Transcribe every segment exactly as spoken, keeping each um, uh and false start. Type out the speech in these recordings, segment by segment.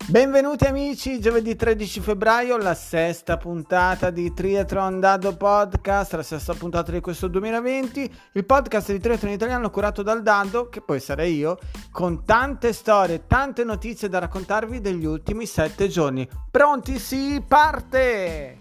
Benvenuti amici, giovedì tredici febbraio, la sesta puntata di Triathlon Dado Podcast, la sesta puntata di questo duemilaventi, il podcast di triathlon italiano curato dal Dado, che poi sarei io, con tante storie, tante notizie da raccontarvi degli ultimi sette giorni. Pronti? Si parte!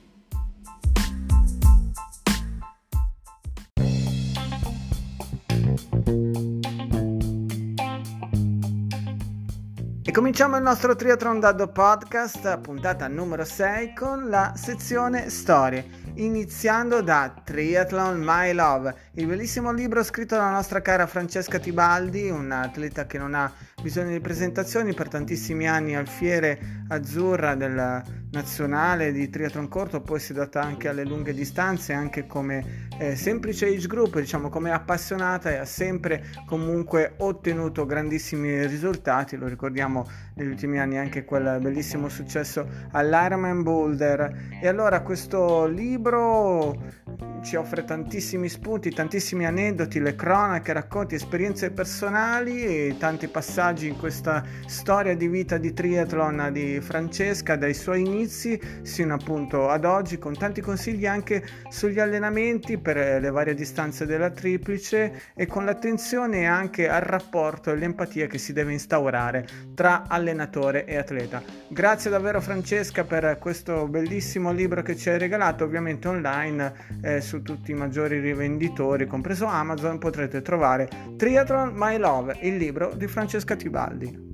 E cominciamo il nostro Triathlon Dado Podcast, puntata numero sei, con la sezione storie, iniziando da Triathlon My Love, il bellissimo libro scritto dalla nostra cara Francesca Tibaldi, un'atleta che non ha bisogno di presentazioni, per tantissimi anni alfiere azzurra della nazionale di triathlon corto, poi si è data anche alle lunghe distanze, anche come eh, semplice age group, diciamo come appassionata, e ha sempre comunque ottenuto grandissimi risultati. Lo ricordiamo negli ultimi anni anche quel bellissimo successo all'Ironman Boulder. E allora questo libro ci offre tantissimi spunti, tantissimi aneddoti, le cronache, racconti, esperienze personali e tanti passaggi in questa storia di vita di triathlon di Francesca, dai suoi inizi sino appunto ad oggi, con tanti consigli anche sugli allenamenti per le varie distanze della triplice e con l'attenzione anche al rapporto e l'empatia che si deve instaurare tra allenatore e atleta. Grazie davvero Francesca per questo bellissimo libro che ci hai regalato, ovviamente online eh, su tutti i maggiori rivenditori, compreso Amazon, potrete trovare Triathlon My Love, il libro di Francesca Tibaldi.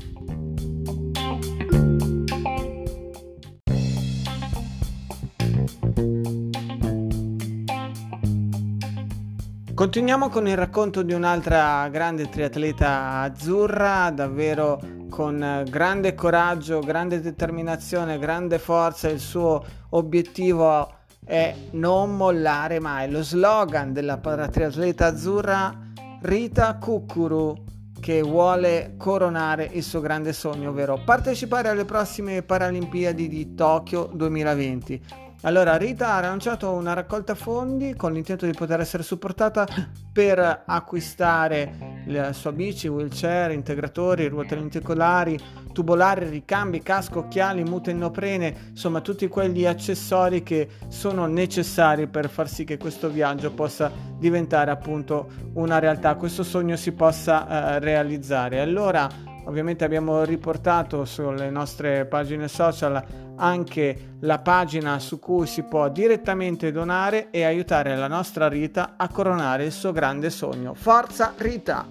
Continuiamo con il racconto di un'altra grande triatleta azzurra, davvero con grande coraggio, grande determinazione, grande forza. Il suo obiettivo è non mollare mai. Lo slogan della paratriatleta azzurra, Rita Cuccuru, che vuole coronare il suo grande sogno, ovvero partecipare alle prossime Paralimpiadi di Tokyo duemilaventi. Allora Rita ha lanciato una raccolta fondi con l'intento di poter essere supportata per acquistare la sua bici, wheelchair, integratori, ruote lenticolari, tubolari, ricambi, casco, occhiali, mute in neoprene, insomma tutti quegli accessori che sono necessari per far sì che questo viaggio possa diventare appunto una realtà, questo sogno si possa eh, realizzare. Allora ovviamente abbiamo riportato sulle nostre pagine social anche la pagina su cui si può direttamente donare e aiutare la nostra Rita a coronare il suo grande sogno. Forza Rita!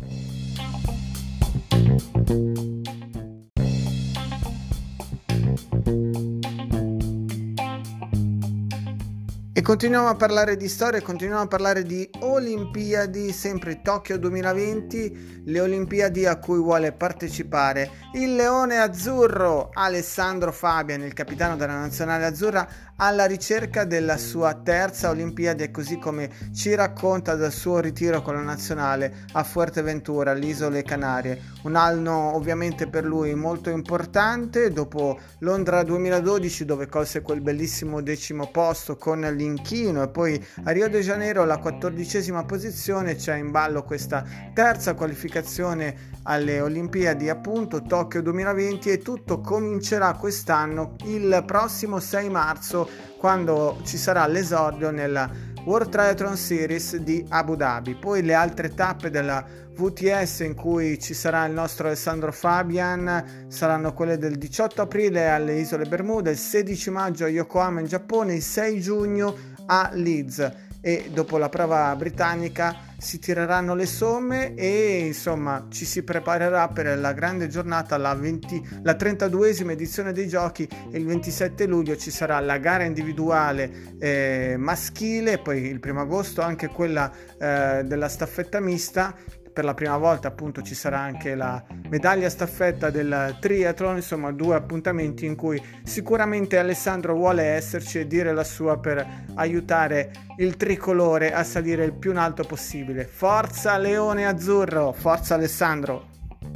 E continuiamo a parlare di storia, continuiamo a parlare di Olimpiadi, sempre Tokyo duemilaventi, le Olimpiadi a cui vuole partecipare il leone azzurro Alessandro Fabian, il capitano della nazionale azzurra, alla ricerca della sua terza Olimpiade, così come ci racconta del suo ritiro con la nazionale a Fuerteventura, alle Isole Canarie. Un anno ovviamente per lui molto importante, dopo Londra duemiladodici dove colse quel bellissimo decimo posto con l'inchino, e poi a Rio de Janeiro la quattordicesima posizione. C'è in ballo questa terza qualificazione alle Olimpiadi appunto Tokyo duemilaventi, e tutto comincerà quest'anno il prossimo sei marzo, quando ci sarà l'esordio nella World Triathlon Series di Abu Dhabi. Poi le altre tappe della V T S in cui ci sarà il nostro Alessandro Fabian saranno quelle del diciotto aprile alle Isole Bermuda, il sedici maggio a Yokohama in Giappone, il sei giugno a Leeds, e dopo la prova britannica si tireranno le somme e insomma ci si preparerà per la grande giornata, la, venti, la trentaduesima edizione dei giochi. E il ventisette luglio ci sarà la gara individuale eh, maschile, poi il primo agosto anche quella eh, della staffetta mista. Per la prima volta appunto ci sarà anche la medaglia staffetta del triathlon, insomma due appuntamenti in cui sicuramente Alessandro vuole esserci e dire la sua per aiutare il tricolore a salire il più in alto possibile. Forza Leone Azzurro, forza Alessandro!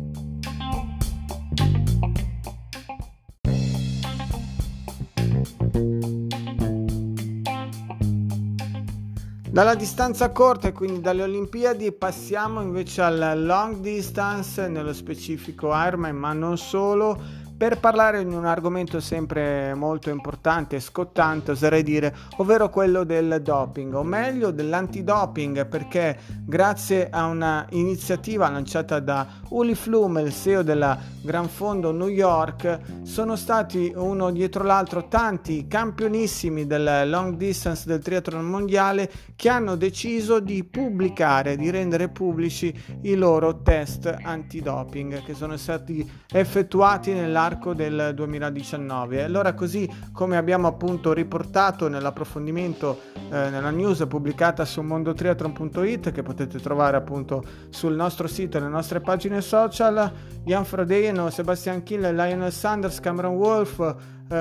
Dalla distanza corta e quindi dalle Olimpiadi passiamo invece al long distance, nello specifico Ironman, ma non solo, per parlare di un argomento sempre molto importante e scottante, oserei dire, ovvero quello del doping, o meglio dell'antidoping, perché grazie a una iniziativa lanciata da Uli Flume, il C E O della Gran Fondo New York, sono stati uno dietro l'altro tanti campionissimi del long distance del triathlon mondiale che hanno deciso di pubblicare, di rendere pubblici i loro test antidoping che sono stati effettuati nell'arco del duemiladiciannove. Allora, così come abbiamo appunto riportato nell'approfondimento eh, nella news pubblicata su mondotriathlon punto it, che potete trovare appunto sul nostro sito e nelle nostre pagine social, Jan Frodeno, Sebastian Kiel, Lionel Sanders, Cameron Wolf,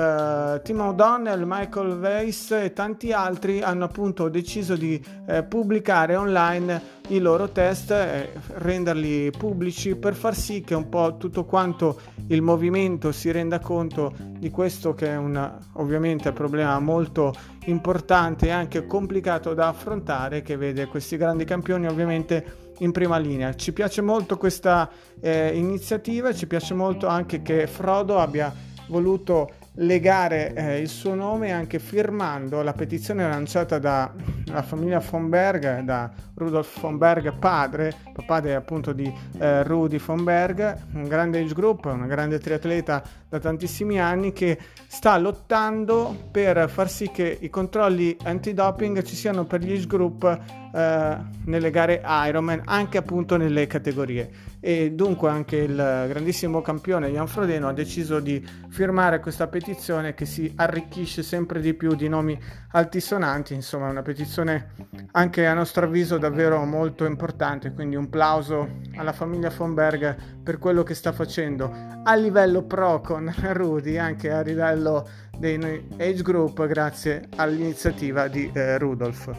Uh, Tim O'Donnell, Michael Weiss e tanti altri hanno appunto deciso di eh, pubblicare online i loro test e renderli pubblici per far sì che un po' tutto quanto il movimento si renda conto di questo, che è un ovviamente problema molto importante e anche complicato da affrontare, che vede questi grandi campioni ovviamente in prima linea. Ci piace molto questa eh, iniziativa, ci piace molto anche che Frodo abbia voluto legare eh, il suo nome anche firmando la petizione lanciata dalla famiglia von Berg, da Rudolf von Berg padre, papà de, appunto di eh, Rudy von Berg, un grande age group, una grande triatleta da tantissimi anni, che sta lottando per far sì che i controlli antidoping ci siano per gli age group eh, nelle gare Ironman, anche appunto nelle categorie. E dunque anche il grandissimo campione Jan Frodeno ha deciso di firmare questa petizione che si arricchisce sempre di più di nomi altisonanti. Insomma, una petizione anche a nostro avviso davvero molto importante, quindi un plauso alla famiglia von Berg per quello che sta facendo a livello pro con Rudy, anche a livello dei age group, grazie all'iniziativa di eh, Rudolf.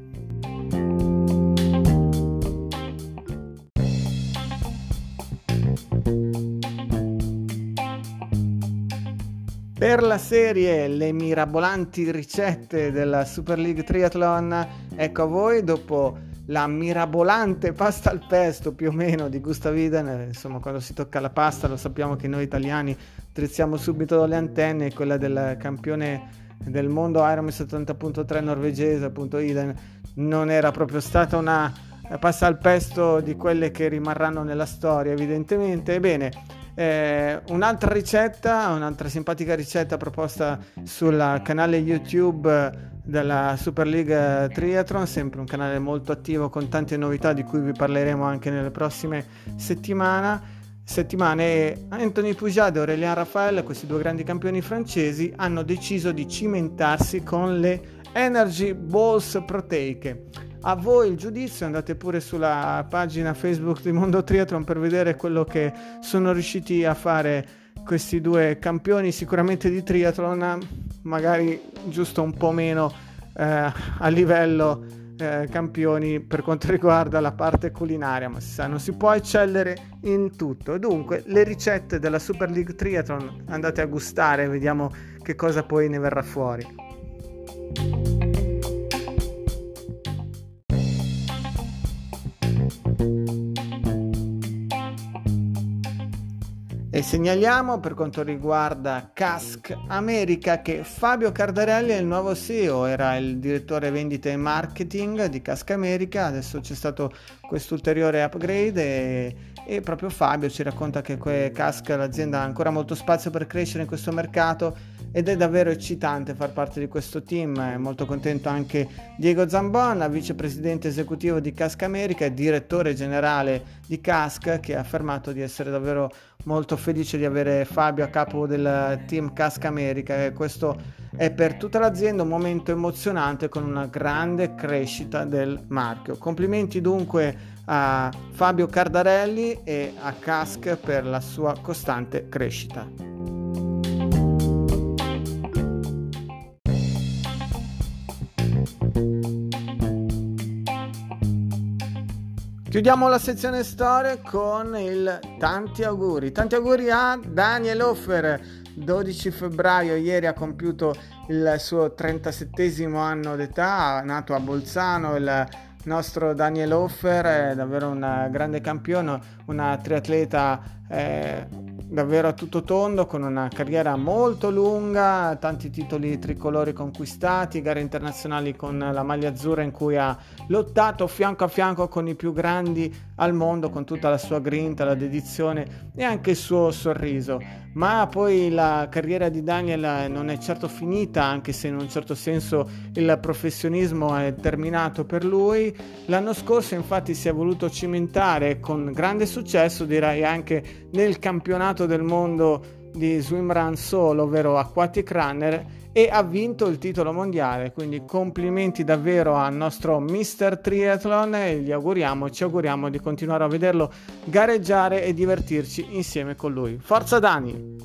Per la serie Le mirabolanti ricette della Super League Triathlon, ecco a voi, dopo la mirabolante pasta al pesto più o meno di Gustav Iden, insomma quando si tocca la pasta lo sappiamo che noi italiani drizziamo subito le antenne, e quella del campione del mondo Ironman settanta punto tre norvegese appunto Iden non era proprio stata una pasta al pesto di quelle che rimarranno nella storia evidentemente. Ebbene, Eh, un'altra ricetta, un'altra simpatica ricetta proposta sul canale YouTube della Super League Triathlon, sempre un canale molto attivo con tante novità di cui vi parleremo anche nelle prossime settimane. settimane. Anthony Poujade e Aurélien Raphael, questi due grandi campioni francesi, hanno deciso di cimentarsi con le Energy Balls proteiche. A voi il giudizio, andate pure sulla pagina Facebook di Mondo Triathlon per vedere quello che sono riusciti a fare questi due campioni sicuramente di triathlon, magari giusto un po' meno eh, a livello eh, campioni per quanto riguarda la parte culinaria, ma si sa, non si può eccellere in tutto. Dunque le ricette della Super League Triathlon andate a gustare, vediamo che cosa poi ne verrà fuori. E segnaliamo per quanto riguarda Cask America che Fabio Cardarelli è il nuovo C E O, era il direttore vendite e marketing di Cask America, adesso c'è stato quest'ulteriore upgrade e, e proprio Fabio ci racconta che Cask, l'azienda, ha ancora molto spazio per crescere in questo mercato ed è davvero eccitante far parte di questo team. È molto contento anche Diego Zambon, vicepresidente esecutivo di Cask America e direttore generale di Cask, che ha affermato di essere davvero molto felice di avere Fabio a capo del team Cask America, e questo è per tutta l'azienda un momento emozionante con una grande crescita del marchio. Complimenti dunque a Fabio Cardarelli e a Cask per la sua costante crescita. Chiudiamo la sezione storia con il tanti auguri. Tanti auguri a Daniel Hofer, dodici febbraio, ieri ha compiuto il suo trentasettesimo anno d'età, nato a Bolzano. Il nostro Daniel Hofer è davvero un grande campione, una triatleta eh, davvero a tutto tondo, con una carriera molto lunga, tanti titoli tricolori conquistati, gare internazionali con la maglia azzurra in cui ha lottato fianco a fianco con i più grandi al mondo, con tutta la sua grinta, la dedizione e anche il suo sorriso. Ma poi la carriera di Daniel non è certo finita, anche se in un certo senso il professionismo è terminato per lui. L'anno scorso infatti si è voluto cimentare con grande successo, direi anche nel campionato del mondo di swimrun solo, ovvero aquatic runner, e ha vinto il titolo mondiale. Quindi complimenti davvero al nostro mister Triathlon e gli auguriamo, ci auguriamo di continuare a vederlo gareggiare e divertirci insieme con lui. Forza Dani!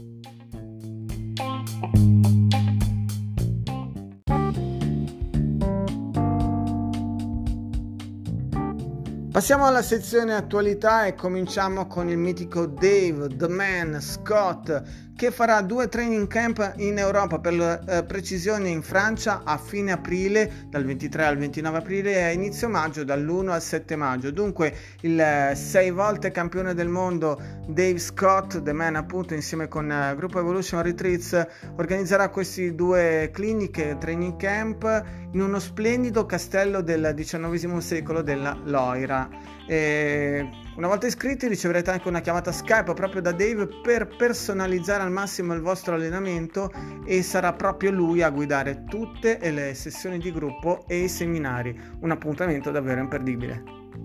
Passiamo alla sezione attualità e cominciamo con il mitico Dave The Man Scott, che farà due training camp in Europa, per la eh, precisione in Francia a fine aprile, dal ventitré al ventinove aprile, e a inizio maggio dall'primo al sette maggio. Dunque il eh, sei volte campione del mondo Dave Scott, The Man appunto, insieme con eh, Gruppo Evolution Retreats, organizzerà questi due cliniche training camp in uno splendido castello del diciannovesimo secolo della Loira. E una volta iscritti riceverete anche una chiamata Skype proprio da Dave per personalizzare al massimo il vostro allenamento, e sarà proprio lui a guidare tutte le sessioni di gruppo e i seminari. Un appuntamento davvero imperdibile.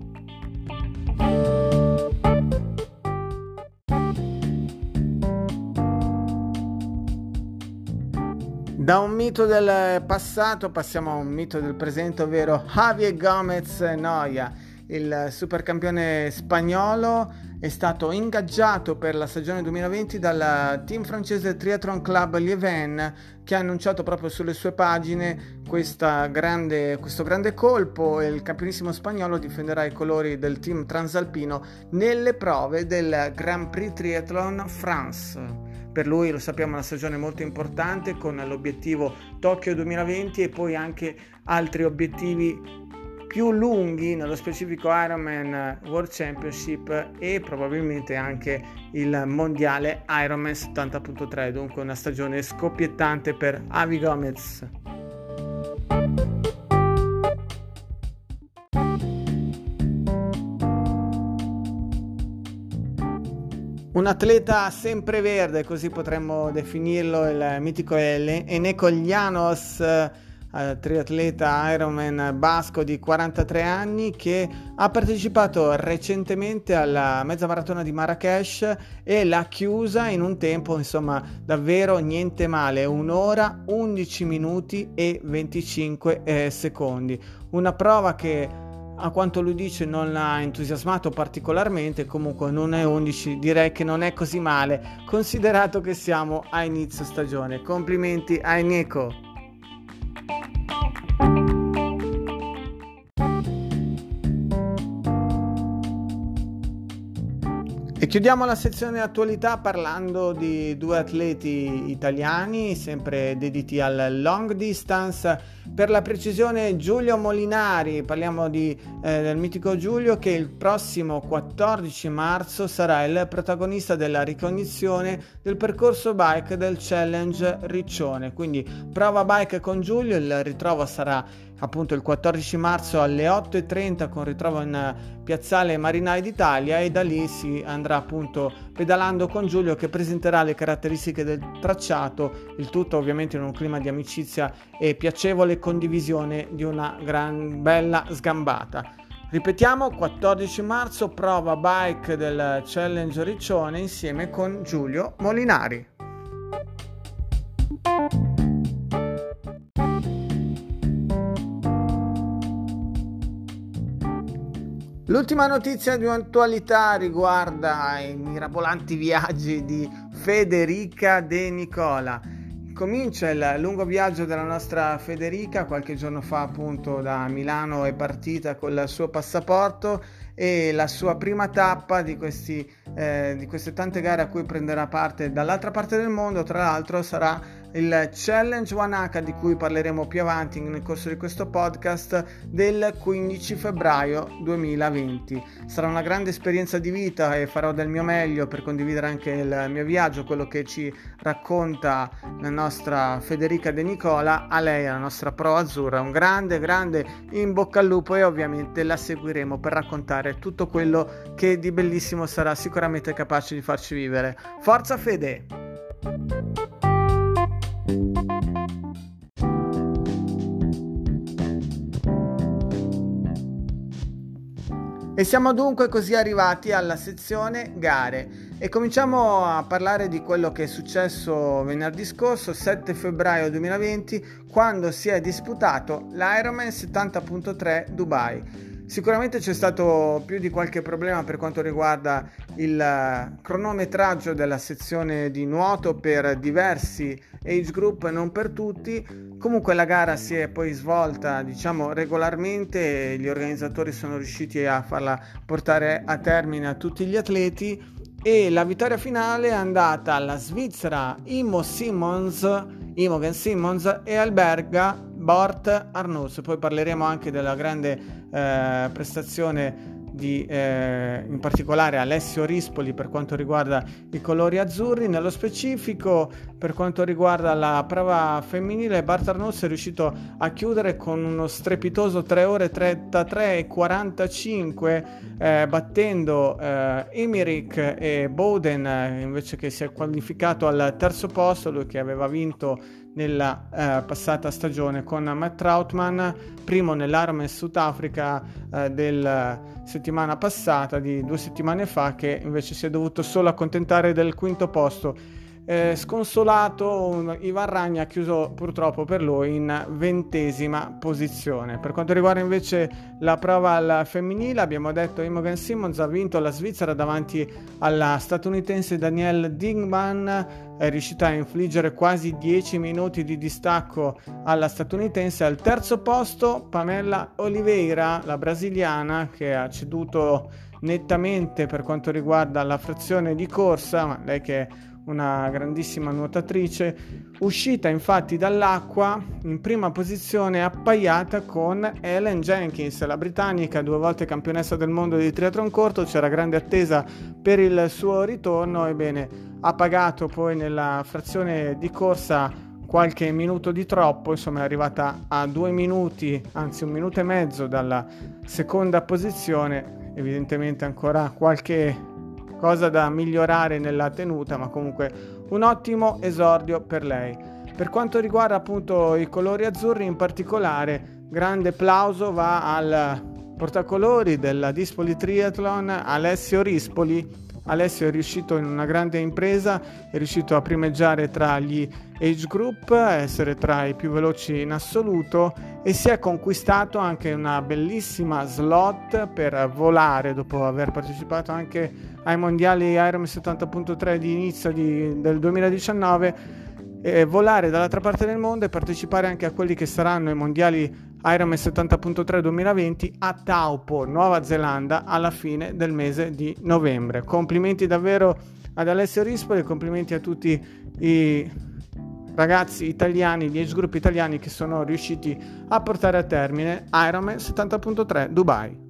Da un mito del passato passiamo a un mito del presente, ovvero Javier Gomez Noya. Il supercampione spagnolo è stato ingaggiato per la stagione duemilaventi dal team francese Triathlon Club Lieven, che ha annunciato proprio sulle sue pagine questa grande, questo grande colpo, e il campionissimo spagnolo difenderà i colori del team transalpino nelle prove del Grand Prix Triathlon France. Per lui, lo sappiamo, è una stagione molto importante, con l'obiettivo Tokyo duemilaventi e poi anche altri obiettivi più lunghi, nello specifico Ironman World Championship e probabilmente anche il mondiale Ironman settanta punto tre. Dunque una stagione scoppiettante per Javi Gomez. Un atleta sempreverde, così potremmo definirlo, il mitico Eneko Llanos, Uh, triatleta Ironman basco di quarantatré anni, che ha partecipato recentemente alla mezza maratona di Marrakech e l'ha chiusa in un tempo insomma davvero niente male, un'ora undici minuti e venticinque eh, secondi. Una prova che, a quanto lui dice, non l'ha entusiasmato particolarmente. Comunque non è undici, direi che non è così male, considerato che siamo a inizio stagione. Complimenti a Eneko. E chiudiamo la sezione attualità parlando di due atleti italiani, sempre dediti al long distance. Per la precisione Giulio Molinari, parliamo di, eh, del mitico Giulio, che il prossimo quattordici marzo sarà il protagonista della ricognizione del percorso bike del Challenge Riccione. Quindi prova bike con Giulio, il ritrovo sarà appunto il quattordici marzo alle otto e trenta, con ritrovo in piazzale Marinai d'Italia, e da lì si andrà appunto pedalando con Giulio, che presenterà le caratteristiche del tracciato, il tutto ovviamente in un clima di amicizia e piacevole condivisione di una gran bella sgambata. Ripetiamo, quattordici marzo, prova bike del Challenge Riccione insieme con Giulio Molinari. L'ultima notizia di attualità riguarda i mirabolanti viaggi di Federica De Nicola. Comincia il lungo viaggio della nostra Federica. Qualche giorno fa appunto da Milano è partita col suo passaporto, e la sua prima tappa di, questi, eh, di queste tante gare a cui prenderà parte dall'altra parte del mondo, tra l'altro, sarà il Challenge uno H di cui parleremo più avanti nel corso di questo podcast del quindici febbraio duemilaventi. Sarà una grande esperienza di vita e farò del mio meglio per condividere anche il mio viaggio, quello che ci racconta la nostra Federica De Nicola. A lei, la nostra Pro Azzurra, un grande grande in bocca al lupo, e ovviamente la seguiremo per raccontare tutto quello che di bellissimo sarà sicuramente capace di farci vivere. Forza Fede! E siamo dunque così arrivati alla sezione gare e cominciamo a parlare di quello che è successo venerdì scorso, sette febbraio duemilaventi, quando si è disputato l'Ironman settanta punto tre Dubai. Sicuramente c'è stato più di qualche problema per quanto riguarda il cronometraggio della sezione di nuoto per diversi age group, non per tutti. Comunque la gara si è poi svolta, diciamo, regolarmente, gli organizzatori sono riusciti a farla portare a termine a tutti gli atleti e la vittoria finale è andata alla Svizzera Imo Simmons, Imogen Simmons e Alberga Bort Arnaus. Poi parleremo anche della grande eh, prestazione di eh, in particolare Alessio Rispoli per quanto riguarda i colori azzurri. Nello specifico, per quanto riguarda la prova femminile, Bart Arnaus è riuscito a chiudere con uno strepitoso tre ore trentatré e quarantacinque, eh, battendo eh, Emmerich e Bowden, eh, invece, che si è qualificato al terzo posto, lui che aveva vinto nella eh, passata stagione con Matt Trautman, primo nell'Ironman Sudafrica eh, del settimana passata, di due settimane fa, che invece si è dovuto solo accontentare del quinto posto. Eh, sconsolato, Ivan Ragna ha chiuso purtroppo per lui in ventesima posizione. Per quanto riguarda invece la prova al femminile, abbiamo detto Imogen Simmons ha vinto la Svizzera davanti alla statunitense Danielle Dingman, è riuscita a infliggere quasi dieci minuti di distacco alla statunitense. Al terzo posto Pamela Oliveira, la brasiliana, che ha ceduto nettamente per quanto riguarda la frazione di corsa, ma lei che è una grandissima nuotatrice, uscita infatti dall'acqua in prima posizione appaiata con Ellen Jenkins, la britannica, due volte campionessa del mondo di triathlon corto. C'era grande attesa per il suo ritorno, ebbene ha pagato poi nella frazione di corsa qualche minuto di troppo, insomma è arrivata a due minuti, anzi un minuto e mezzo dalla seconda posizione. Evidentemente ancora qualche cosa da migliorare nella tenuta, ma comunque un ottimo esordio per lei. Per quanto riguarda appunto i colori azzurri in particolare, grande applauso va al portacolori della Dispoli Triathlon, Alessio Rispoli. Alessio è riuscito in una grande impresa, è riuscito a primeggiare tra gli age group, essere tra i più veloci in assoluto, e si è conquistato anche una bellissima slot per volare dopo aver partecipato anche ai mondiali Ironman settanta punto tre di inizio di, del duemiladiciannove, e volare dall'altra parte del mondo e partecipare anche a quelli che saranno i mondiali Ironman settanta punto tre duemilaventi a Taupo, Nuova Zelanda, alla fine del mese di novembre. Complimenti davvero ad Alessio Rispoli, complimenti a tutti i ragazzi italiani, gli age group italiani che sono riusciti a portare a termine Ironman settanta punto tre Dubai.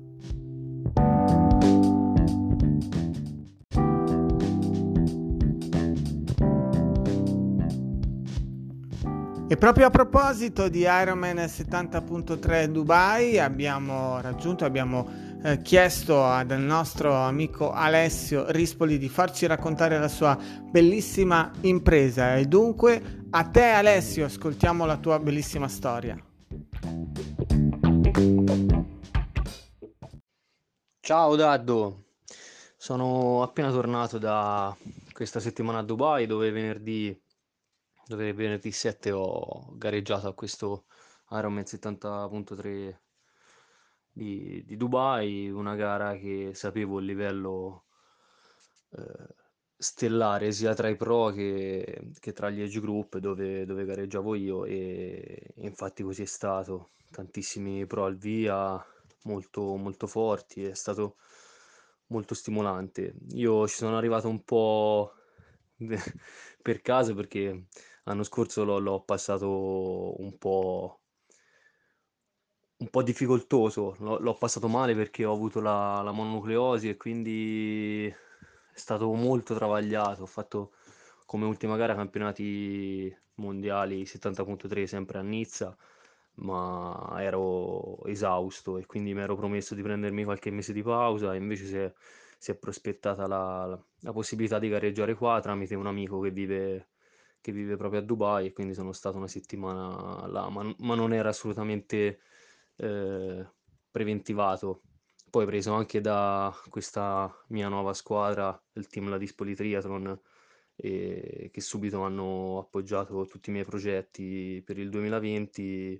E proprio a proposito di Ironman settanta punto tre Dubai, abbiamo raggiunto, abbiamo eh, chiesto al nostro amico Alessio Rispoli di farci raccontare la sua bellissima impresa. E dunque, a te Alessio, ascoltiamo la tua bellissima storia. Ciao Daddo, sono appena tornato da questa settimana a Dubai, dove venerdì dove venerdì sette ho gareggiato a questo Ironman settanta punto tre di, di Dubai, una gara che sapevo il livello eh, stellare sia tra i pro che, che tra gli age group dove, dove gareggiavo io, e infatti così è stato. Tantissimi pro al via, molto, molto forti, è stato molto stimolante. Io ci sono arrivato un po' per caso, perché l'anno scorso l'ho, l'ho passato un po', un po' difficoltoso, l'ho, l'ho passato male perché ho avuto la, la mononucleosi e quindi è stato molto travagliato. Ho fatto come ultima gara campionati mondiali settanta punto tre sempre a Nizza, ma ero esausto e quindi mi ero promesso di prendermi qualche mese di pausa e invece si è, si è prospettata la, la- la possibilità di gareggiare qua tramite un amico che vive, che vive proprio a Dubai e quindi sono stato una settimana là, ma, ma non era assolutamente eh, preventivato. Poi preso anche da questa mia nuova squadra, il team La Dispoli Triathlon, e che subito hanno appoggiato tutti i miei progetti per il duemilaventi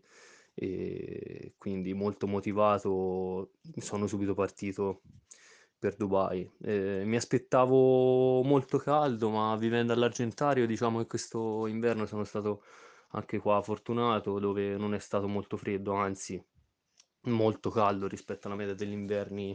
e quindi molto motivato sono subito partito per Dubai. Eh, mi aspettavo molto caldo, ma vivendo all'Argentario, diciamo che questo inverno sono stato anche qua fortunato, dove non è stato molto freddo, anzi molto caldo rispetto alla media degli inverni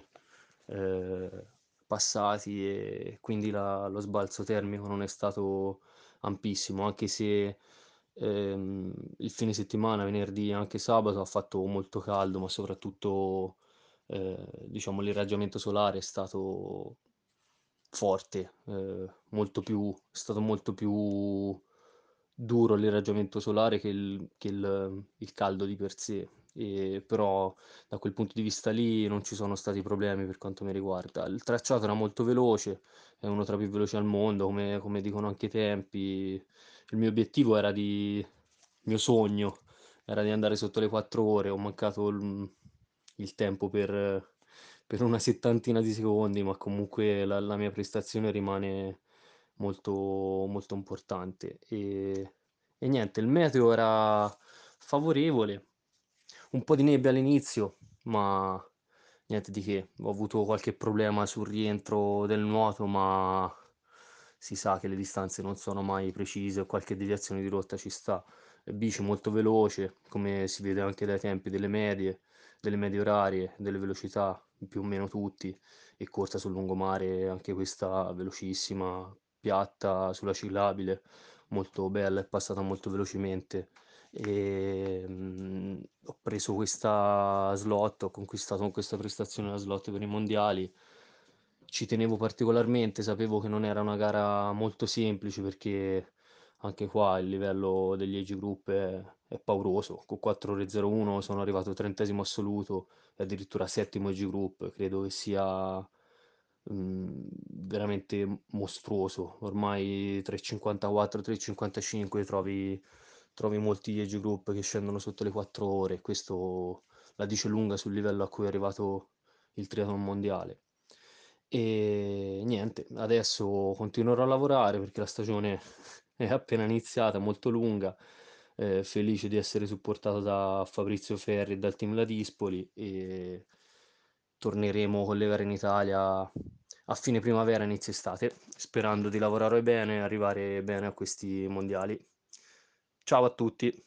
eh, passati e quindi la- lo sbalzo termico non è stato ampissimo, anche se ehm, il fine settimana, venerdì e anche sabato ha fatto molto caldo, ma soprattutto eh, diciamo l'irraggiamento solare è stato forte, eh, molto più, è stato molto più duro l'irraggiamento solare che il, che il- il caldo di per sé. E però da quel punto di vista lì non ci sono stati problemi per quanto mi riguarda. Il tracciato era molto veloce, è uno tra i più veloci al mondo, come, come dicono anche i tempi. Il mio obiettivo era di, il mio sogno era di andare sotto le quattro ore, ho mancato il, il tempo per, per una settantina di secondi, ma comunque la, la mia prestazione rimane molto, molto importante. E, e niente, il meteo era favorevole, un po' di nebbia all'inizio, ma niente di che. Ho avuto qualche problema sul rientro del nuoto, ma si sa che le distanze non sono mai precise, o qualche deviazione di rotta ci sta. E bici molto veloce, come si vede anche dai tempi delle medie, delle medie orarie, delle velocità, più o meno tutti, e corsa sul lungomare, anche questa velocissima, piatta, sulla ciclabile, molto bella, è passata molto velocemente. E mm, ho preso questa slot, ho conquistato con questa prestazione la slot per i mondiali. Ci tenevo particolarmente, sapevo che non era una gara molto semplice perché anche qua il livello degli age group è, è pauroso. Con quattro ore zero uno sono arrivato trentesimo assoluto e addirittura settimo age group. Credo che sia mm, veramente mostruoso. Ormai tre e cinquantaquattro, tre e cinquantacinque trovi, trovi molti age group che scendono sotto le quattro ore. Questo la dice lunga sul livello a cui è arrivato il triathlon mondiale. E niente, adesso continuerò a lavorare perché la stagione è appena iniziata, molto lunga. Eh, felice di essere supportato da Fabrizio Ferri e dal team Ladispoli e torneremo con le gare in Italia a fine primavera, inizio estate, sperando di lavorare bene e arrivare bene a questi mondiali. Ciao a tutti!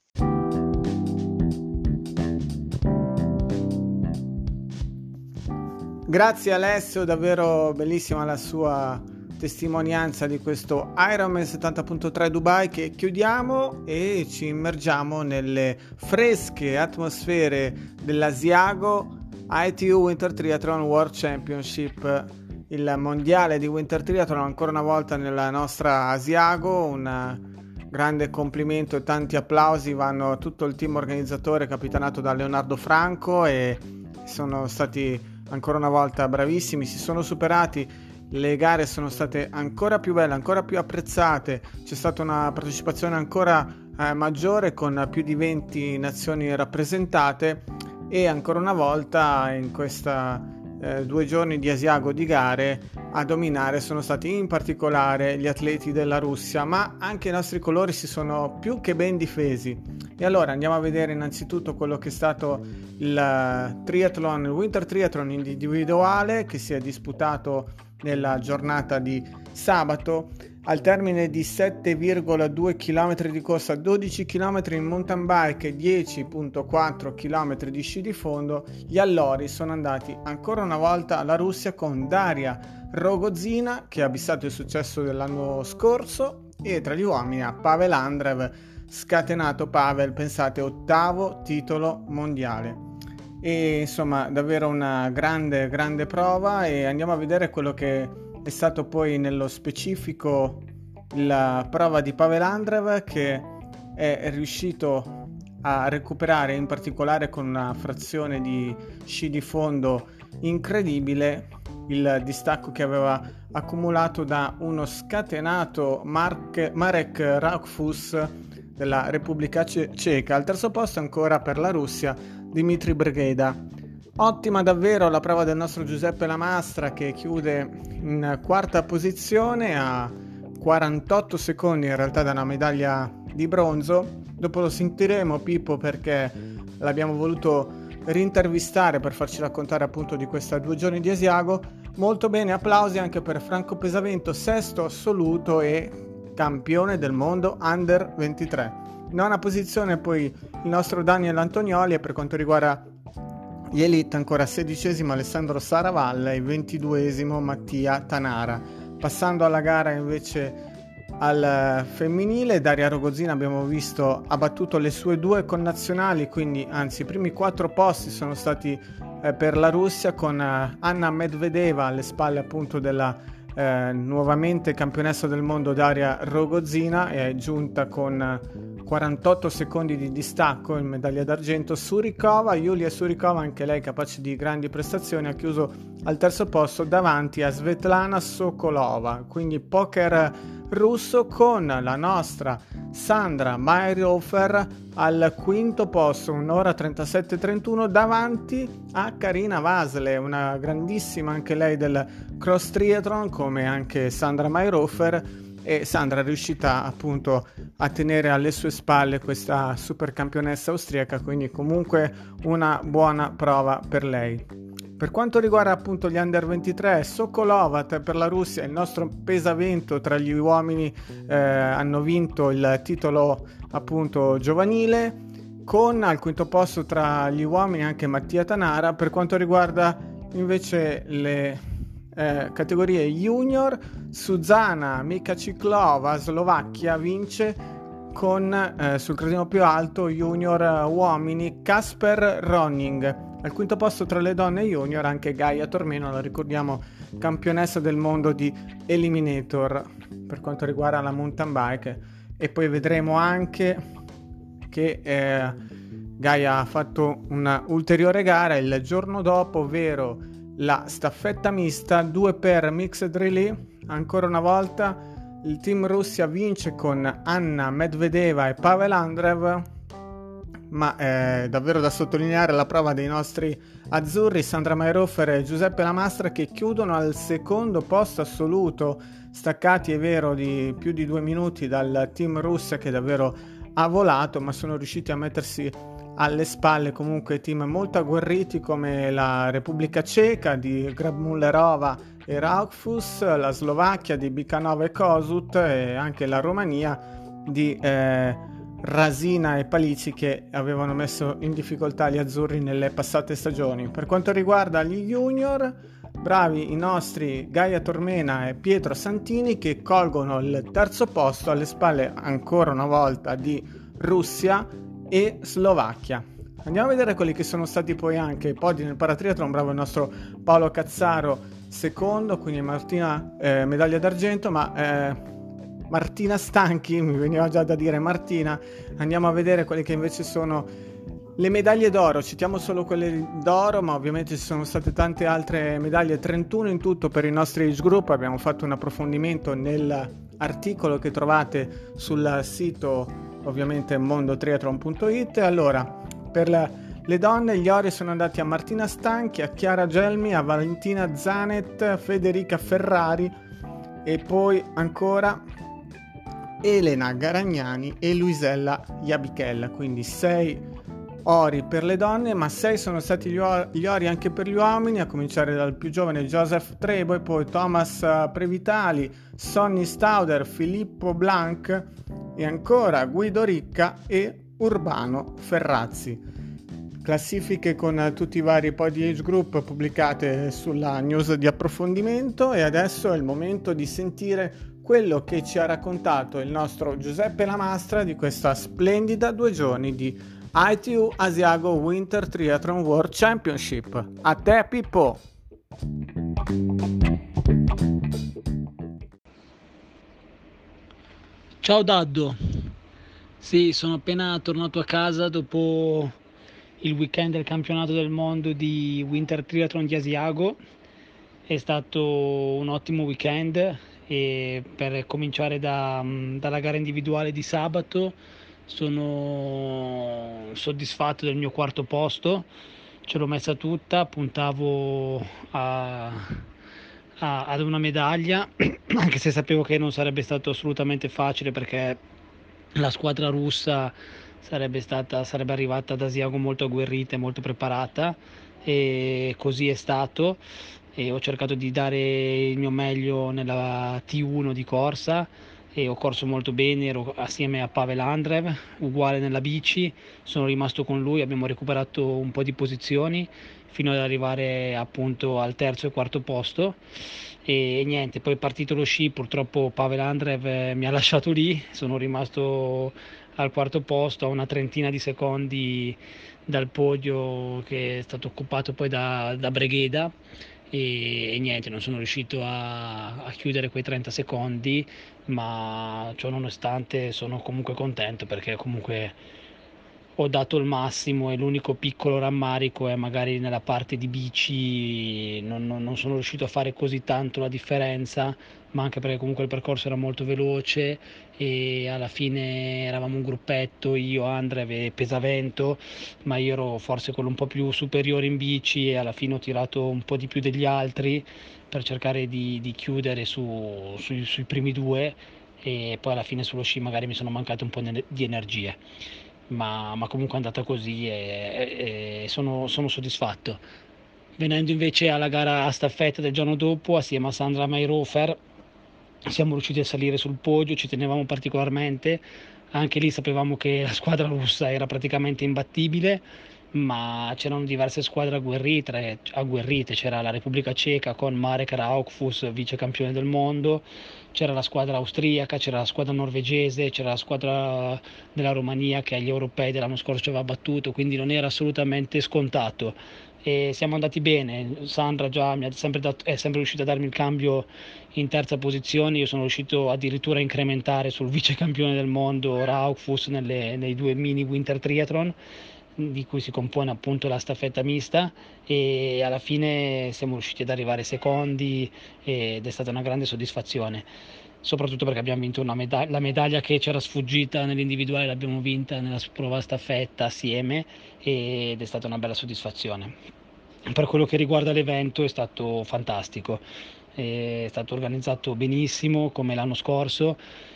Grazie Alessio, davvero bellissima la sua testimonianza di questo Ironman settanta punto tre Dubai, che chiudiamo e ci immergiamo nelle fresche atmosfere dell'Asiago I T U Winter Triathlon World Championship, il mondiale di Winter Triathlon ancora una volta nella nostra Asiago. Un grande complimento e tanti applausi vanno a tutto il team organizzatore capitanato da Leonardo Franco, e sono stati ancora una volta bravissimi, si sono superati, le gare sono state ancora più belle, ancora più apprezzate, c'è stata una partecipazione ancora eh, maggiore con più di venti nazioni rappresentate, e ancora una volta in questa eh, due giorni di Asiago di gare a dominare sono stati in particolare gli atleti della Russia, ma anche i nostri colori si sono più che ben difesi. E allora andiamo a vedere innanzitutto quello che è stato il triathlon, il Winter Triathlon individuale che si è disputato nella giornata di sabato. al termine di sette virgola due chilometri di corsa, dodici chilometri in mountain bike e dieci virgola quattro chilometri di sci di fondo, gli allori sono andati ancora una volta alla Russia con Daria Rogozina, che ha bissato il successo dell'anno scorso, e tra gli uomini a Pavel Andreev, scatenato Pavel, pensate, ottavo titolo mondiale. E insomma davvero una grande grande prova, e andiamo a vedere quello che è stato poi nello specifico la prova di Pavel Andreev, che è riuscito a recuperare in particolare con una frazione di sci di fondo incredibile il distacco che aveva accumulato da uno scatenato Mark, Marek Raufus della Repubblica Ceca. Al terzo posto ancora per la Russia Dmitry Brigeda. Ottima davvero la prova del nostro Giuseppe Lamastra, che chiude in quarta posizione a quarantotto secondi in realtà da una medaglia di bronzo. Dopo lo sentiremo, Pippo, perché l'abbiamo voluto rintervistare per farci raccontare appunto di questa due giorni di Asiago. Molto bene, applausi anche per Franco Pesavento, sesto assoluto e campione del mondo under ventitré. Nona posizione poi il nostro Daniel Antonioli, e per quanto riguarda gli elite ancora sedicesimo Alessandro Saravalle e ventiduesimo Mattia Tanara. Passando alla gara invece al femminile, Daria Rogozina abbiamo visto ha battuto le sue due connazionali, quindi anzi i primi quattro posti sono stati eh, per la Russia, con eh, Anna Medvedeva alle spalle appunto della eh, nuovamente campionessa del mondo Daria Rogozina, e è giunta con quarantotto secondi di distacco in medaglia d'argento. Surikova, Yulia Surikova, anche lei capace di grandi prestazioni, ha chiuso al terzo posto davanti a Svetlana Sokolova, quindi poker russo, con la nostra Sandra Mayrhofer al quinto posto, un'ora trentasette trentuno davanti a Karina Vasle, una grandissima anche lei del cross triathlon come anche Sandra Mayrhofer, e Sandra è riuscita appunto a tenere alle sue spalle questa super campionessa austriaca, quindi comunque una buona prova per lei. Per quanto riguarda appunto gli under ventitré, Sokolova per la Russia, il nostro pesavento tra gli uomini, eh, hanno vinto il titolo appunto giovanile, con al quinto posto tra gli uomini anche Mattia Tanara. Per quanto riguarda invece le eh, categorie junior, Suzana Mikaciklova, Slovacchia, vince con eh, sul gradino più alto junior uh, uomini Kasper Ronning. Al quinto posto tra le donne junior anche Gaia Tormeno, la ricordiamo campionessa del mondo di Eliminator per quanto riguarda la mountain bike. E poi vedremo anche che eh, Gaia ha fatto una ulteriore gara il giorno dopo, ovvero la staffetta mista due per mixed relay. Ancora una volta il team Russia vince con Anna Medvedeva e Pavel Andreev, ma è davvero da sottolineare la prova dei nostri azzurri, Sandra Mayrhofer e Giuseppe Lamastra, che chiudono al secondo posto assoluto, staccati è vero di più di due minuti dal team Russia che davvero ha volato, ma sono riusciti a mettersi alle spalle comunque team molto agguerriti come la Repubblica Ceca di Grabmullerova e Raufus, la Slovacchia di Bikanova e Kosut, e anche la Romania di eh, Rasina e Palici, che avevano messo in difficoltà gli azzurri nelle passate stagioni. Per quanto riguarda gli junior, bravi i nostri Gaia Tormena e Pietro Santini, che colgono il terzo posto alle spalle ancora una volta di Russia e Slovacchia. Andiamo a vedere quelli che sono stati poi anche i podi nel paratriathlon. Bravo il nostro Paolo Cazzaro, secondo, quindi Martina eh, medaglia d'argento, ma eh, Martina Stanchi, mi veniva già da dire Martina. Andiamo a vedere quelle che invece sono le medaglie d'oro. Citiamo solo quelle d'oro, ma ovviamente ci sono state tante altre medaglie, trentuno in tutto per i nostri age group. Abbiamo fatto un approfondimento nell'articolo che trovate sul sito ovviamente mondotriathlon punto it. Allora, per la, le donne gli ori sono andati a Martina Stanchi, a Chiara Gelmi, a Valentina Zanet, Federica Ferrari e poi ancora Elena Garagnani e Luisella Iabichella, quindi sei ori per le donne, ma sei sono stati gli, o- gli ori anche per gli uomini, a cominciare dal più giovane Joseph Treboy, poi Thomas eh, Previtali, Sonny Stauder, Filippo Blanc e ancora Guido Ricca e Urbano Ferrazzi. Classifiche con tutti i vari podi age group pubblicate sulla news di approfondimento, e adesso è il momento di sentire quello che ci ha raccontato il nostro Giuseppe Lamastra di questa splendida due giorni di I T U Asiago Winter Triathlon World Championship. A te Pippo! Ciao Daddo, sì, sono appena tornato a casa dopo il weekend del campionato del mondo di Winter Triathlon di Asiago. È stato un ottimo weekend e per cominciare da, dalla gara individuale di sabato sono soddisfatto del mio quarto posto, ce l'ho messa tutta, puntavo a, a- ad una medaglia, anche se sapevo che non sarebbe stato assolutamente facile perché la squadra russa sarebbe stata, sarebbe arrivata ad Asiago molto agguerrita e molto preparata, e così è stato. E ho cercato di dare il mio meglio nella T uno di corsa e ho corso molto bene, ero assieme a Pavel Andreev, uguale nella bici, sono rimasto con lui, abbiamo recuperato un po' di posizioni fino ad arrivare appunto al terzo e quarto posto. E niente, poi è partito lo sci, purtroppo Pavel Andreev eh, mi ha lasciato lì, sono rimasto al quarto posto a una trentina di secondi dal podio che è stato occupato poi da, da Bregheda, e, e niente, non sono riuscito a, a chiudere quei trenta secondi, ma ciò nonostante sono comunque contento perché comunque ho dato il massimo, e l'unico piccolo rammarico è magari nella parte di bici non, non- non sono riuscito a fare così tanto la differenza, ma anche perché comunque il percorso era molto veloce e alla fine eravamo un gruppetto, io, Andrev e Pesavento, ma io ero forse quello un po' più superiore in bici e alla fine ho tirato un po' di più degli altri per cercare di, di chiudere su- sui, sui primi due, e poi alla fine sullo sci magari mi sono mancate un po' di energie, ma, ma comunque è andata così e, e sono, sono soddisfatto. Venendo invece alla gara a staffetta del giorno dopo, assieme a Sandra Mayrofer, siamo riusciti a salire sul podio, ci tenevamo particolarmente, anche lì sapevamo che la squadra russa era praticamente imbattibile, ma c'erano diverse squadre agguerrite, agguerrite. C'era la Repubblica Ceca con Marek Raukfus, vice campione del mondo, c'era la squadra austriaca, c'era la squadra norvegese, c'era la squadra della Romania che agli europei dell'anno scorso ci aveva battuto, quindi non era assolutamente scontato. E siamo andati bene, Sandra già mi ha sempre dato, è sempre riuscita a darmi il cambio in terza posizione, io sono riuscito addirittura a incrementare sul vice campione del mondo Raukfus nelle, nei due mini Winter Triathlon di cui si compone appunto la staffetta mista, e alla fine siamo riusciti ad arrivare secondi ed è stata una grande soddisfazione, soprattutto perché abbiamo vinto una medaglia, la medaglia che c'era sfuggita nell'individuale l'abbiamo vinta nella prova staffetta assieme ed è stata una bella soddisfazione. Per quello che riguarda l'evento è stato fantastico, è stato organizzato benissimo come l'anno scorso,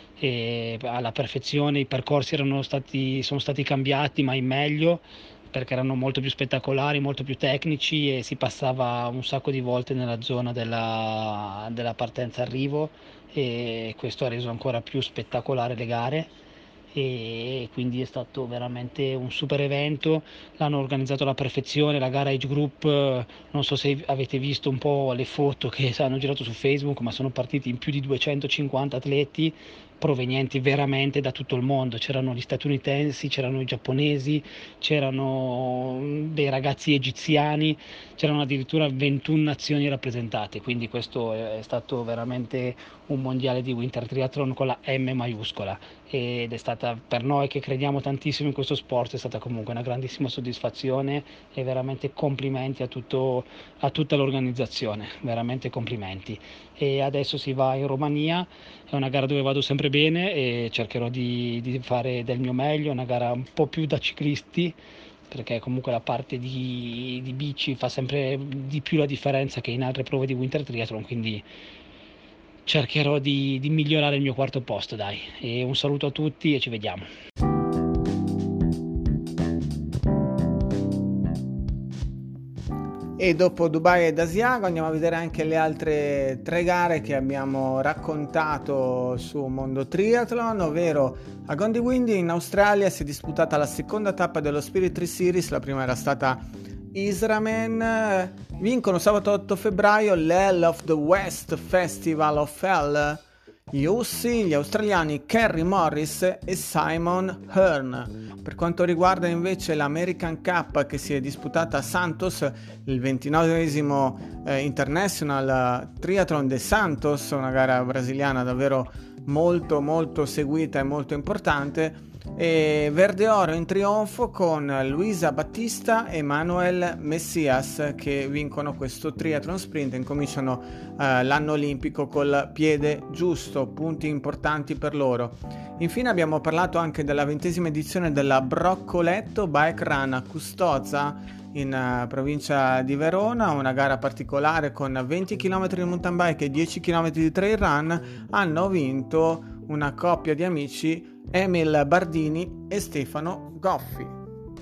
e alla perfezione, i percorsi erano stati, sono stati cambiati ma in meglio perché erano molto più spettacolari, molto più tecnici, e si passava un sacco di volte nella zona della, della partenza-arrivo, e questo ha reso ancora più spettacolare le gare, e quindi è stato veramente un super evento. L'hanno organizzato alla perfezione, la gara age group, eh, non so se avete visto un po' le foto che hanno girato su Facebook, ma sono partiti in più di duecentocinquanta atleti provenienti veramente da tutto il mondo. C'erano gli statunitensi, c'erano i giapponesi, c'erano dei ragazzi egiziani, c'erano addirittura ventuno nazioni rappresentate, quindi questo è stato veramente un mondiale di Winter Triathlon con la M maiuscola, ed è stata, per noi che crediamo tantissimo in questo sport, è stata comunque una grandissima soddisfazione, e veramente complimenti a, tutto, a tutta l'organizzazione, veramente complimenti. E adesso si va in Romania, è una gara dove vado sempre bene e cercherò di, di fare del mio meglio, una gara un po' più da ciclisti, perché comunque la parte di, di bici fa sempre di più la differenza che in altre prove di Winter Triathlon, quindi cercherò di, di migliorare il mio quarto posto, dai. E un saluto a tutti e ci vediamo. E dopo Dubai ed Asiago andiamo a vedere anche le altre tre gare che abbiamo raccontato su Mondo Triathlon, ovvero a Gondiwindi in Australia si è disputata la seconda tappa dello Spirit Tree Series, la prima era stata Israman. Vincono sabato otto febbraio l'Hell of the West Festival of Hell gli Ussi, gli australiani Kerry Morris e Simon Hearn. Per quanto riguarda invece l'American Cup che si è disputata a Santos, il ventinovesimo eh, International Triathlon de Santos, una gara brasiliana davvero molto molto seguita e molto importante, e verde oro in trionfo con Luisa Battista e Manuel Messias che vincono questo triathlon sprint e incominciano eh, l'anno olimpico col piede giusto, punti importanti per loro. Infine abbiamo parlato anche della ventesima edizione della Broccoletto Bike Run a Custoza in uh, provincia di Verona, una gara particolare con venti chilometri di mountain bike e dieci chilometri di trail run. Hanno vinto una coppia di amici, Emil Bardini e Stefano Goffi.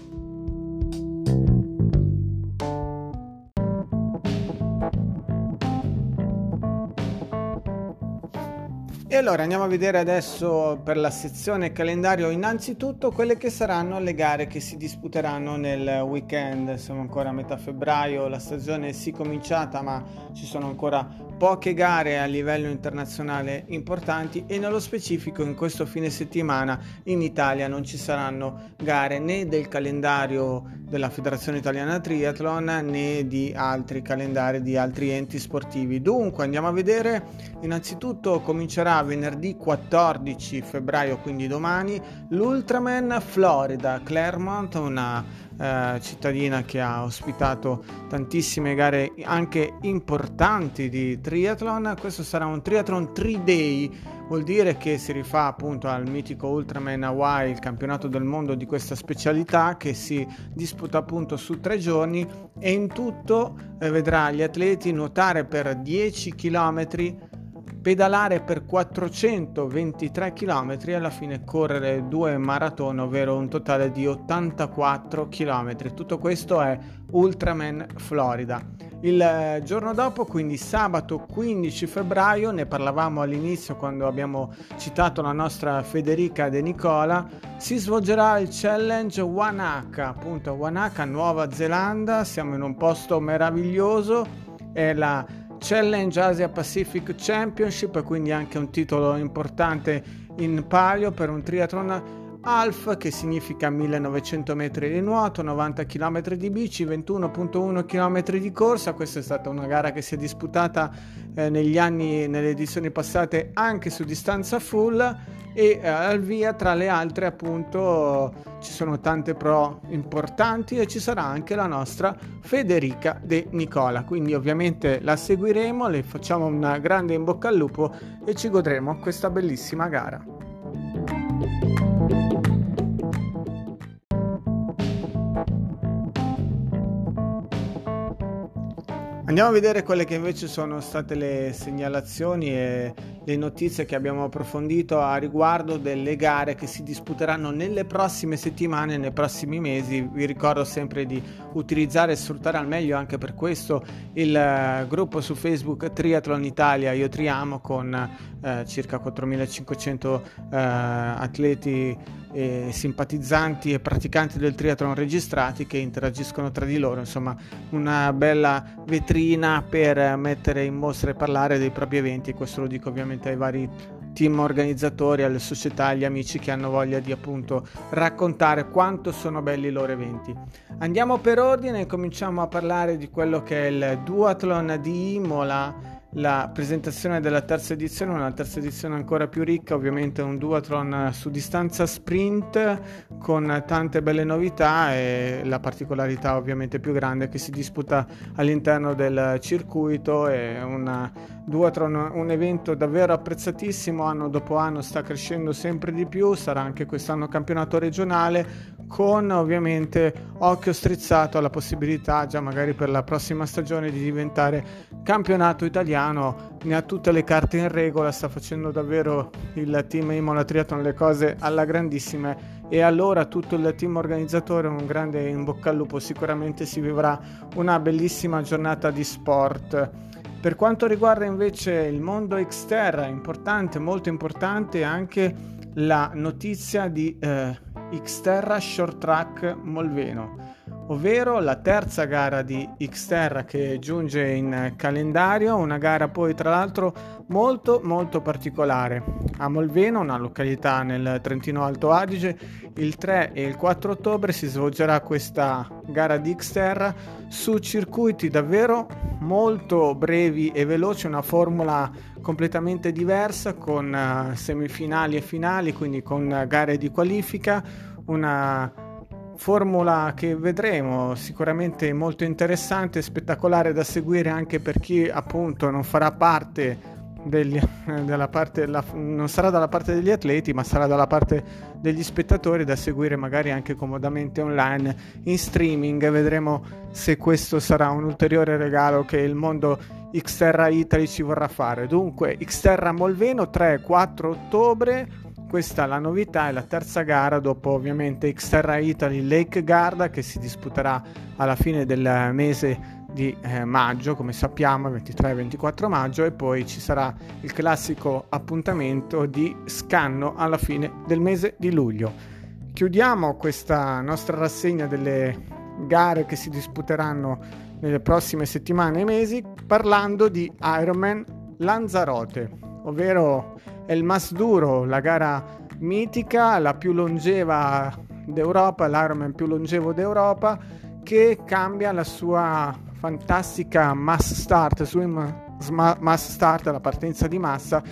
E allora andiamo a vedere adesso per la sezione calendario innanzitutto quelle che saranno le gare che si disputeranno nel weekend. Siamo ancora a metà febbraio, la stagione è sì cominciata ma ci sono ancora poche gare a livello internazionale importanti e nello specifico in questo fine settimana in Italia non ci saranno gare né del calendario della Federazione Italiana Triathlon né di altri calendari di altri enti sportivi. Dunque andiamo a vedere, innanzitutto comincerà venerdì quattordici febbraio, quindi domani, l'Ultraman Florida, Claremont, una eh, cittadina che ha ospitato tantissime gare anche importanti di triathlon. Questo sarà un triathlon tre day, vuol dire che si rifà appunto al mitico Ultraman Hawaii, il campionato del mondo di questa specialità che si disputa appunto su tre giorni e in tutto eh, vedrà gli atleti nuotare per dieci chilometri, pedalare per quattrocentoventitré chilometri e alla fine correre due maratone, ovvero un totale di ottantaquattro chilometri. Tutto questo è Ultraman Florida. Il giorno dopo, quindi sabato quindici febbraio, ne parlavamo all'inizio quando abbiamo citato la nostra Federica De Nicola, si svolgerà il Challenge Wanaka, appunto Wanaka, Nuova Zelanda. Siamo in un posto meraviglioso, è la Challenge Asia Pacific Championship, quindi anche un titolo importante in palio per un triathlon half, che significa millenovecento metri di nuoto, novanta chilometri di bici, ventuno virgola uno chilometri di corsa. Questa è stata una gara che si è disputata eh, negli anni, nelle edizioni passate anche su distanza full e eh, al via tra le altre appunto ci sono tante pro importanti e ci sarà anche la nostra Federica De Nicola, quindi ovviamente la seguiremo, le facciamo una grande in bocca al lupo e ci godremo questa bellissima gara. Andiamo a vedere quelle che invece sono state le segnalazioni e le notizie che abbiamo approfondito a riguardo delle gare che si disputeranno nelle prossime settimane, nei prossimi mesi. Vi ricordo sempre di utilizzare e sfruttare al meglio anche per questo il gruppo su Facebook Triathlon Italia Io Triamo, con eh, circa quattromilacinquecento eh, atleti e simpatizzanti e praticanti del triathlon registrati che interagiscono tra di loro. Insomma, una bella vetrina per mettere in mostra e parlare dei propri eventi, e questo lo dico ovviamente ai vari team organizzatori, alle società, agli amici che hanno voglia di appunto raccontare quanto sono belli i loro eventi. Andiamo per ordine e cominciamo a parlare di quello che è il Duathlon di Imola, la presentazione della terza edizione, una terza edizione ancora più ricca, ovviamente un duathlon su distanza sprint con tante belle novità, e la particolarità ovviamente più grande è che si disputa all'interno del circuito. È una duathlon, un evento davvero apprezzatissimo, anno dopo anno sta crescendo sempre di più, sarà anche quest'anno campionato regionale, con ovviamente occhio strizzato alla possibilità già magari per la prossima stagione di diventare campionato italiano. Ne ha tutte le carte in regola, sta facendo davvero il team Imola Triathlon le cose alla grandissima e allora tutto il team organizzatore un grande in bocca al lupo, sicuramente si vivrà una bellissima giornata di sport. Per quanto riguarda invece il mondo Xterra, importante, molto importante anche la notizia di eh, Xterra Short Track Molveno, ovvero la terza gara di Xterra che giunge in calendario, una gara poi tra l'altro molto molto particolare. A Molveno, una località nel Trentino Alto Adige, il tre e il quattro ottobre si svolgerà questa gara di Xterra su circuiti davvero molto brevi e veloci, una formula completamente diversa con uh, semifinali e finali, quindi con gare di qualifica, una formula che vedremo sicuramente molto interessante e spettacolare da seguire anche per chi appunto non farà parte degli, della parte la, non sarà dalla parte degli atleti, ma sarà dalla parte degli spettatori, da seguire magari anche comodamente online in streaming. Vedremo se questo sarà un ulteriore regalo che il mondo Xterra Italy ci vorrà fare. Dunque Xterra Molveno tre e quattro ottobre, questa è la novità, è la terza gara dopo ovviamente Xterra Italy Lake Garda che si disputerà alla fine del mese di eh, maggio, come sappiamo, ventitré e ventiquattro maggio, e poi ci sarà il classico appuntamento di Scanno alla fine del mese di luglio. Chiudiamo questa nostra rassegna delle gare che si disputeranno nelle prossime settimane e mesi parlando di Ironman Lanzarote, ovvero El Masduro, la gara mitica, la più longeva d'Europa, l'Ironman più longevo d'Europa, che cambia la sua fantastica mass start, swim mass start, la partenza di massa,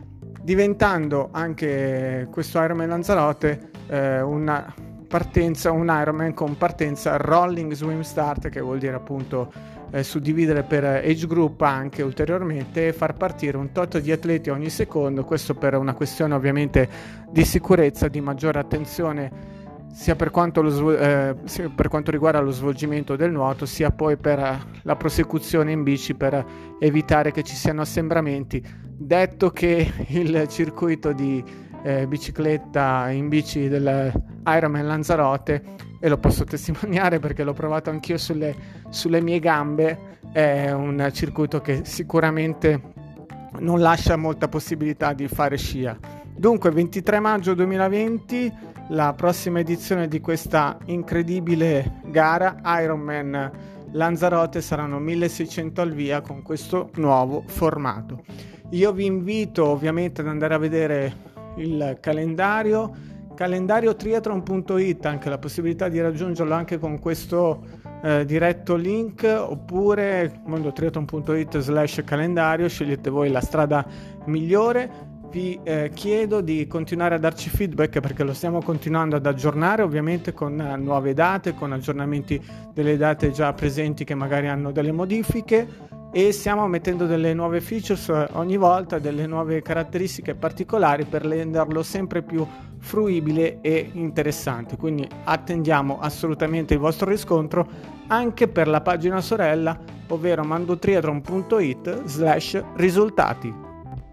diventando anche questo Ironman Lanzarote eh, una partenza, un Ironman con partenza rolling swim start, che vuol dire appunto eh, suddividere per age group anche ulteriormente e far partire un tot di atleti ogni secondo, questo per una questione ovviamente di sicurezza, di maggiore attenzione sia per quanto, lo, eh, sia per quanto riguarda lo svolgimento del nuoto, sia poi per la prosecuzione in bici, per evitare che ci siano assembramenti. Detto che il circuito di eh, bicicletta in bici del Ironman Lanzarote, e lo posso testimoniare perché l'ho provato anch'io sulle, sulle mie gambe, è un circuito che sicuramente non lascia molta possibilità di fare scia. Dunque ventitré maggio duemilaventi, la prossima edizione di questa incredibile gara Ironman Lanzarote, saranno milleseicento al via con questo nuovo formato. Io vi invito ovviamente ad andare a vedere il calendario calendario triathlon punto it, anche la possibilità di raggiungerlo anche con questo eh, diretto link, oppure mondotriathlon punto it slash calendario, scegliete voi la strada migliore. Vi eh, chiedo di continuare a darci feedback perché lo stiamo continuando ad aggiornare, ovviamente con uh, nuove date, con aggiornamenti delle date già presenti che magari hanno delle modifiche, e stiamo mettendo delle nuove features uh, ogni volta, delle nuove caratteristiche particolari per renderlo sempre più fruibile e interessante. Quindi attendiamo assolutamente il vostro riscontro anche per la pagina sorella, ovvero mondotriathlon punto it slash risultati.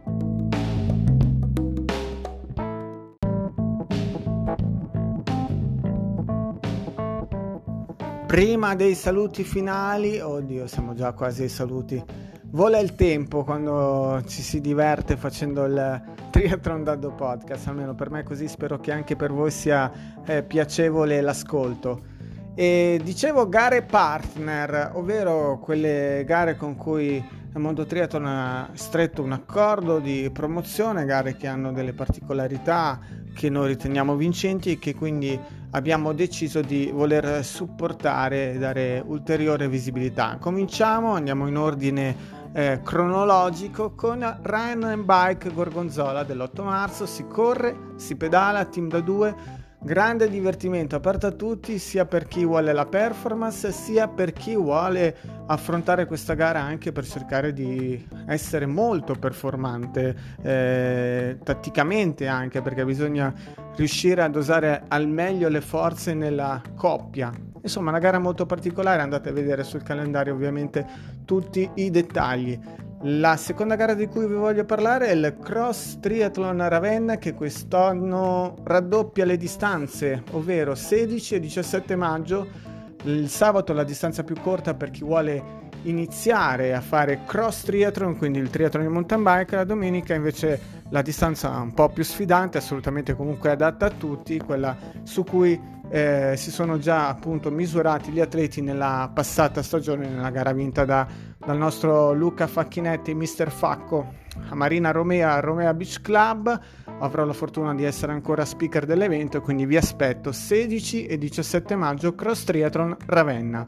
Prima dei saluti finali, oddio siamo già quasi ai saluti, vola il tempo quando ci si diverte facendo il Triathlon Daddo Podcast, almeno per me è così, spero che anche per voi sia eh, piacevole l'ascolto. E dicevo gare partner, ovvero quelle gare con cui il Mondo Triathlon ha stretto un accordo di promozione, gare che hanno delle particolarità che noi riteniamo vincenti e che quindi abbiamo deciso di voler supportare e dare ulteriore visibilità. Cominciamo, andiamo in ordine eh, cronologico con Run and Bike Gorgonzola dell'otto marzo. Si corre, si pedala, team da due, grande divertimento aperto a tutti, sia per chi vuole la performance sia per chi vuole affrontare questa gara anche per cercare di essere molto performante eh, tatticamente, anche perché bisogna riuscire a dosare al meglio le forze nella coppia. Insomma, una gara molto particolare, andate a vedere sul calendario ovviamente tutti i dettagli. La seconda gara di cui vi voglio parlare è il Cross Triathlon Ravenna, che quest'anno raddoppia le distanze, ovvero sedici e diciassette maggio. Il sabato la distanza più corta per chi vuole iniziare a fare cross triathlon, quindi il triathlon in mountain bike. La domenica invece la distanza un po' più sfidante, assolutamente comunque adatta a tutti, quella su cui eh, si sono già appunto misurati gli atleti nella passata stagione, nella gara vinta da, dal nostro Luca Facchinetti, mister Facco, a Marina Romea, Romea Beach Club. Avrò la fortuna di essere ancora speaker dell'evento, quindi vi aspetto sedici e diciassette maggio, Cross Triathlon Ravenna.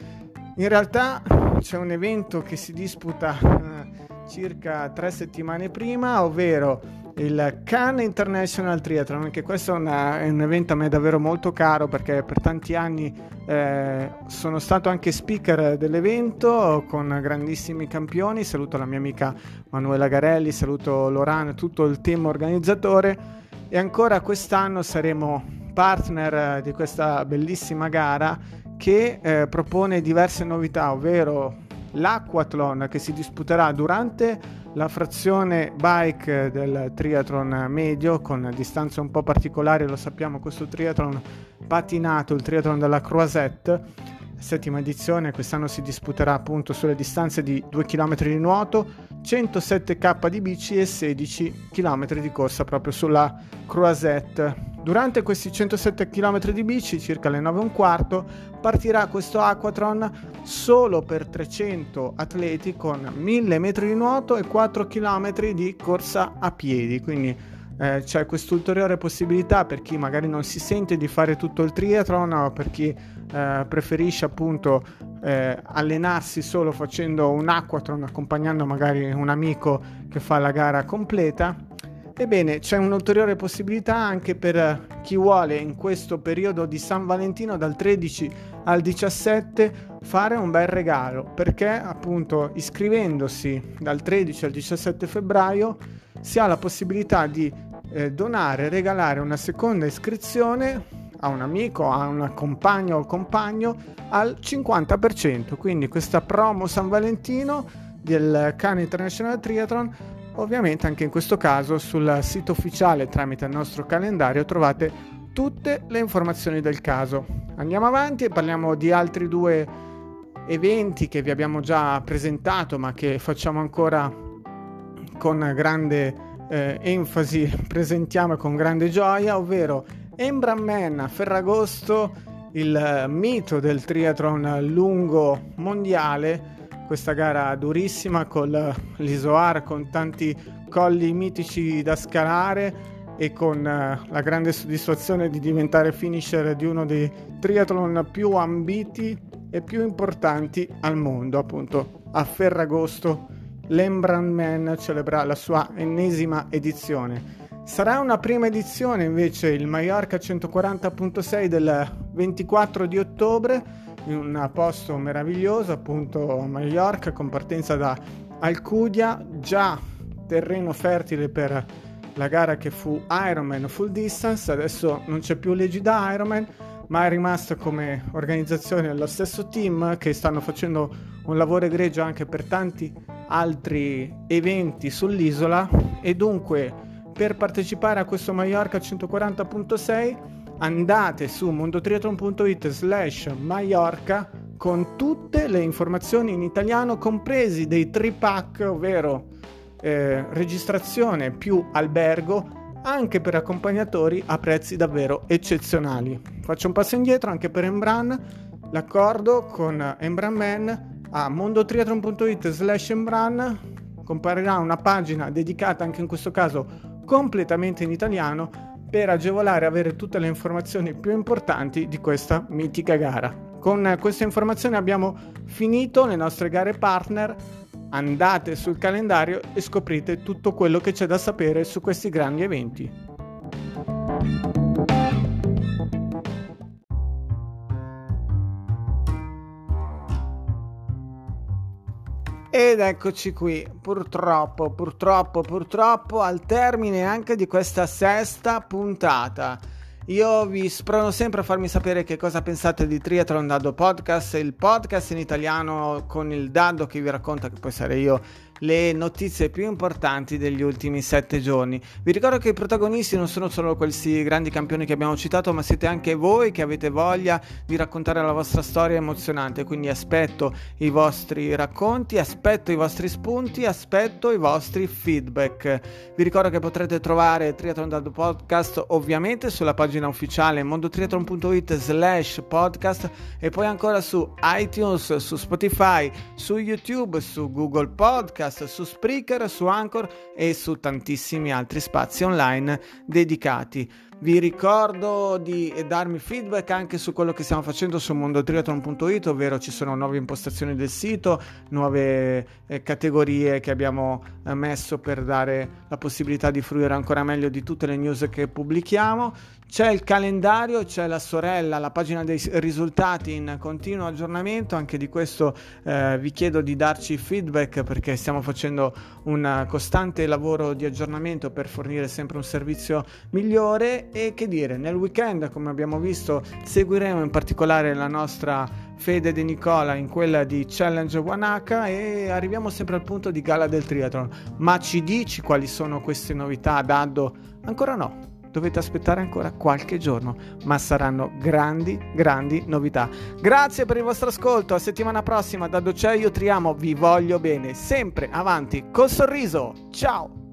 In realtà c'è un evento che si disputa eh, circa tre settimane prima, ovvero il Cannes International Triathlon. Anche questo è, una, è un evento a me davvero molto caro, perché per tanti anni eh, sono stato anche speaker dell'evento con grandissimi campioni. Saluto la mia amica Manuela Garelli, saluto Loran, tutto il team organizzatore, e ancora quest'anno saremo partner di questa bellissima gara che eh, propone diverse novità, ovvero l'Aquathlon, che si disputerà durante la frazione bike del triathlon medio, con distanze un po' particolari. Lo sappiamo, questo triathlon patinato, il triathlon della Croisette, settima edizione, quest'anno si disputerà appunto sulle distanze di due chilometri di nuoto, centosette chilometri di bici e sedici chilometri di corsa proprio sulla Croisette. Durante questi centosette chilometri di bici, circa alle nove e un quarto, partirà questo Aquathlon solo per trecento atleti, con mille metri di nuoto e quattro chilometri di corsa a piedi. Quindi eh, c'è quest'ulteriore possibilità per chi magari non si sente di fare tutto il triathlon, o per chi eh, preferisce appunto eh, allenarsi solo facendo un Aquathlon, accompagnando magari un amico che fa la gara completa. Ebbene, c'è un'ulteriore possibilità anche per chi vuole in questo periodo di San Valentino, dal tredici al diciassette, fare un bel regalo, perché appunto iscrivendosi dal tredici al diciassette febbraio si ha la possibilità di eh, donare, regalare una seconda iscrizione a un amico, a una compagna o compagno al cinquanta per cento. Quindi questa promo San Valentino del Cannes International Triathlon. Ovviamente anche in questo caso sul sito ufficiale, tramite il nostro calendario, trovate tutte le informazioni del caso. Andiamo avanti e parliamo di altri due eventi che vi abbiamo già presentato, ma che facciamo ancora con grande eh, enfasi, presentiamo con grande gioia, ovvero Embranmen a Ferragosto, il mito del triathlon lungo mondiale. Questa gara durissima con l'Isoar, con tanti colli mitici da scalare, e con uh, la grande soddisfazione di diventare finisher di uno dei triathlon più ambiti e più importanti al mondo. Appunto a Ferragosto l'Embranmen celebra la sua ennesima edizione. Sarà una prima edizione invece il Mallorca centoquaranta punto sei del ventiquattro di ottobre, in un posto meraviglioso, appunto a Mallorca, con partenza da Alcudia, già terreno fertile per la gara che fu Ironman Full Distance. Adesso non c'è più l'egida Ironman, ma è rimasta come organizzazione lo stesso team, che stanno facendo un lavoro egregio anche per tanti altri eventi sull'isola. E dunque, per partecipare a questo Mallorca centoquaranta punto sei andate su mondotriathlon punto it slash Mallorca, con tutte le informazioni in italiano, compresi dei tri-pack, ovvero eh, registrazione più albergo, anche per accompagnatori a prezzi davvero eccezionali. Faccio un passo indietro anche per Embran. L'accordo con Embranmen: a mondotriathlon punto it slash Embran comparirà una pagina dedicata anche in questo caso completamente in italiano, per agevolare e avere tutte le informazioni più importanti di questa mitica gara. Con queste informazioni abbiamo finito le nostre gare partner. Andate sul calendario e scoprite tutto quello che c'è da sapere su questi grandi eventi. Ed eccoci qui, purtroppo, purtroppo, purtroppo, al termine anche di questa sesta puntata. Io vi sprono sempre a farmi sapere che cosa pensate di Triathlon Daddo Podcast, il podcast in italiano con il Daddo che vi racconta, che poi sarei io, le notizie più importanti degli ultimi sette giorni. Vi ricordo che i protagonisti non sono solo questi grandi campioni che abbiamo citato, ma siete anche voi che avete voglia di raccontare la vostra storia emozionante, quindi aspetto i vostri racconti, aspetto i vostri spunti, aspetto i vostri feedback. Vi ricordo che potrete trovare Triathlon Daddo Podcast ovviamente sulla pagina ufficiale mondotriathlon punto it slash podcast e poi ancora su iTunes, su Spotify, su YouTube, su Google Podcast, su Spreaker, su Anchor e su tantissimi altri spazi online dedicati. Vi ricordo di darmi feedback anche su quello che stiamo facendo su mondotriathlon punto it, ovvero ci sono nuove impostazioni del sito, nuove eh, categorie che abbiamo eh, messo per dare la possibilità di fruire ancora meglio di tutte le news che pubblichiamo. C'è il calendario, c'è la sorella, la pagina dei risultati in continuo aggiornamento. Anche di questo eh, vi chiedo di darci feedback, perché stiamo facendo un costante lavoro di aggiornamento per fornire sempre un servizio migliore. E che dire, nel weekend, come abbiamo visto, seguiremo in particolare la nostra Fede De Nicola in quella di Challenge one H e arriviamo sempre al punto di Gala del Triathlon. Ma ci dici quali sono queste novità, Daddo? Ancora no. Dovete aspettare ancora qualche giorno, ma saranno grandi, grandi novità. Grazie per il vostro ascolto, a settimana prossima. Da Doceo io Triamo, vi voglio bene, sempre avanti col sorriso. Ciao!